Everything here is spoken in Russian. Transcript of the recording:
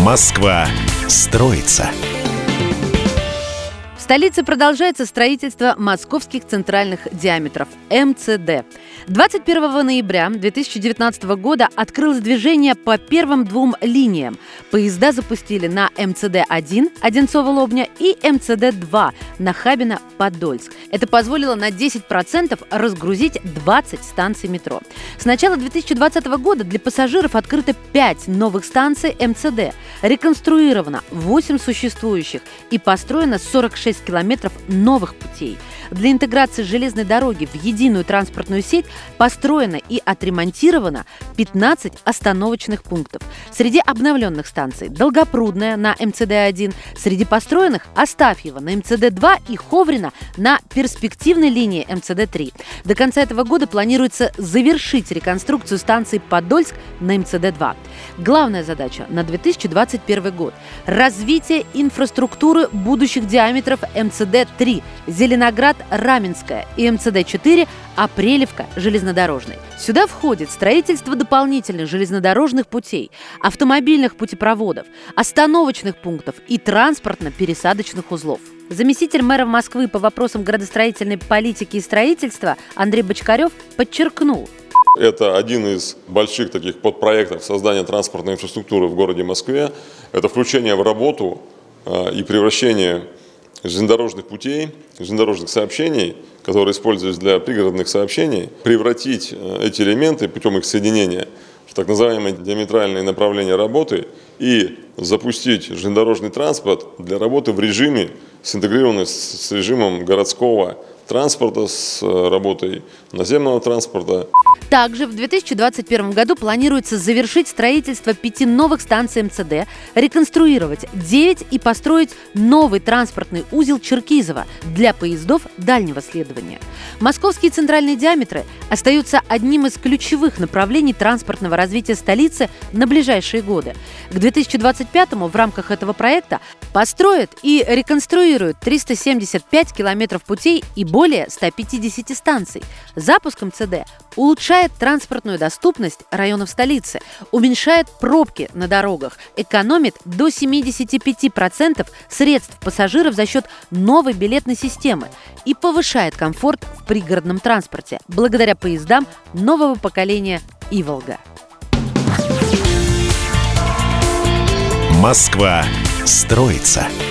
Москва строится. В столице продолжается строительство московских центральных диаметров МЦД. 21 ноября 2019 года открылось движение по первым двум линиям. Поезда запустили на МЦД-1 Одинцово-Лобня и МЦД-2 Нахабино-Подольск. Это позволило на 10% разгрузить 20 станций метро. С начала 2020 года для пассажиров открыто 5 новых станций МЦД. Реконструировано 8 существующих и построено 46 километров новых путей. Для интеграции железной дороги в единую транспортную сеть построено и отремонтировано 15 остановочных пунктов. Среди обновленных станций Долгопрудная на МЦД-1, среди построенных Астафьево на МЦД-2 и Ховрино на перспективной линии МЦД-3. До конца этого года планируется завершить реконструкцию станции Подольск на МЦД-2. Главная задача на 2021 год – развитие инфраструктуры будущих диаметров МЦД-3 Зеленоград-Раменская и МЦД-4 Апрелевка-Железнодорожный. Сюда входит строительство дополнительных железнодорожных путей, автомобильных путепроводов, остановочных пунктов и транспортно-пересадочных узлов. Заместитель мэра Москвы по вопросам градостроительной политики и строительства Андрей Бочкарев подчеркнул: это один из больших таких подпроектов создания транспортной инфраструктуры в городе Москве. Это включение в работу и превращение железнодорожных путей, железнодорожных сообщений, которые используются для пригородных сообщений, превратить эти элементы путем их соединения в так называемые диаметральные направления работы и запустить железнодорожный транспорт для работы в режиме, синтегрированный с режимом городского транспорта, с работой наземного транспорта. Также в 2021 году планируется завершить строительство 5 новых станций МЦД, реконструировать 9 и построить новый транспортный узел Черкизово для поездов дальнего следования. Московские центральные диаметры остаются одним из ключевых направлений транспортного развития столицы на ближайшие годы. К 2025-му в рамках этого проекта построят и реконструируют 375 километров путей и более 150 станций. Запуск МЦД улучшает транспортную доступность районов столицы, уменьшает пробки на дорогах, экономит до 75% средств пассажиров за счет новой билетной системы и повышает комфорт в пригородном транспорте благодаря поездам нового поколения «Иволга». Москва строится.